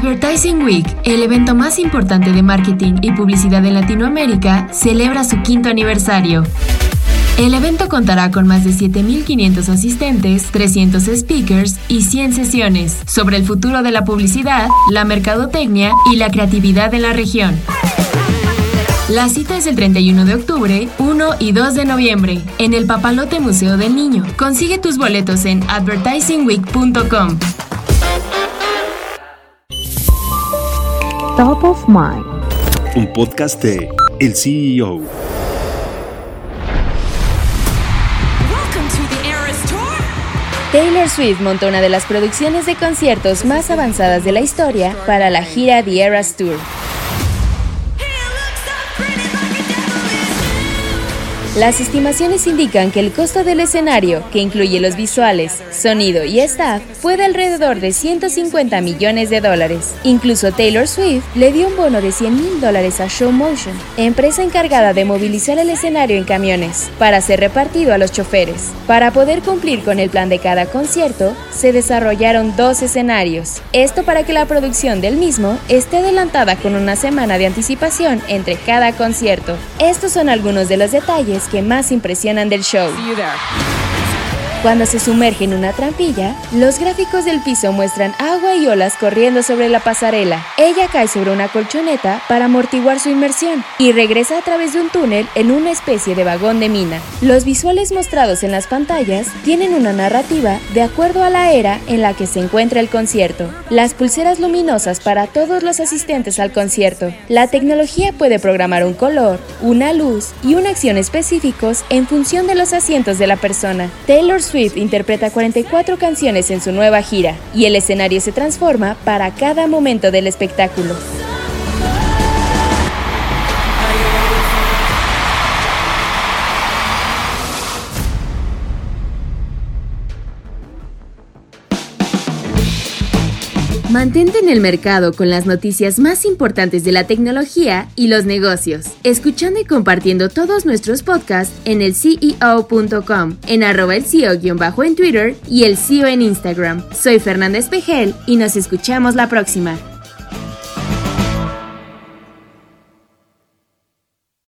Advertising Week, el evento más importante de marketing y publicidad en Latinoamérica, celebra su 5º aniversario. El evento contará con más de 7,500 asistentes, 300 speakers y 100 sesiones sobre el futuro de la publicidad, la mercadotecnia y la creatividad en la región. La cita es el 31 de octubre, 1 y 2 de noviembre, en el Papalote Museo del Niño. Consigue tus boletos en advertisingweek.com. Top of Mind, un podcast de El CEO. Taylor Swift montó una de las producciones de conciertos más avanzadas de la historia para la gira The Eras Tour. Las estimaciones indican que el costo del escenario, que incluye los visuales, sonido y staff, fue de alrededor de $150 millones. Incluso Taylor Swift le dio un bono de $100,000 a Show Motion, empresa encargada de movilizar el escenario en camiones, para ser repartido a los choferes. Para poder cumplir con el plan de cada concierto, se desarrollaron 2 escenarios. Esto para que la producción del mismo esté adelantada con una semana de anticipación entre cada concierto. Estos son algunos de los detalles que más impresionan del show. Cuando se sumerge en una trampilla, los gráficos del piso muestran agua y olas corriendo sobre la pasarela. Ella cae sobre una colchoneta para amortiguar su inmersión y regresa a través de un túnel en una especie de vagón de mina. Los visuales mostrados en las pantallas tienen una narrativa de acuerdo a la era en la que se encuentra el concierto. Las pulseras luminosas para todos los asistentes al concierto. La tecnología puede programar un color, una luz y una acción específicos en función de los asientos de la persona. Taylor Swift interpreta 44 canciones en su nueva gira y el escenario se transforma para cada momento del espectáculo. Mantente en el mercado con las noticias más importantes de la tecnología y los negocios, escuchando y compartiendo todos nuestros podcasts en elceo.com, en @elceo_ en Twitter y el CEO en Instagram. Soy Fernanda Espejel y nos escuchamos la próxima.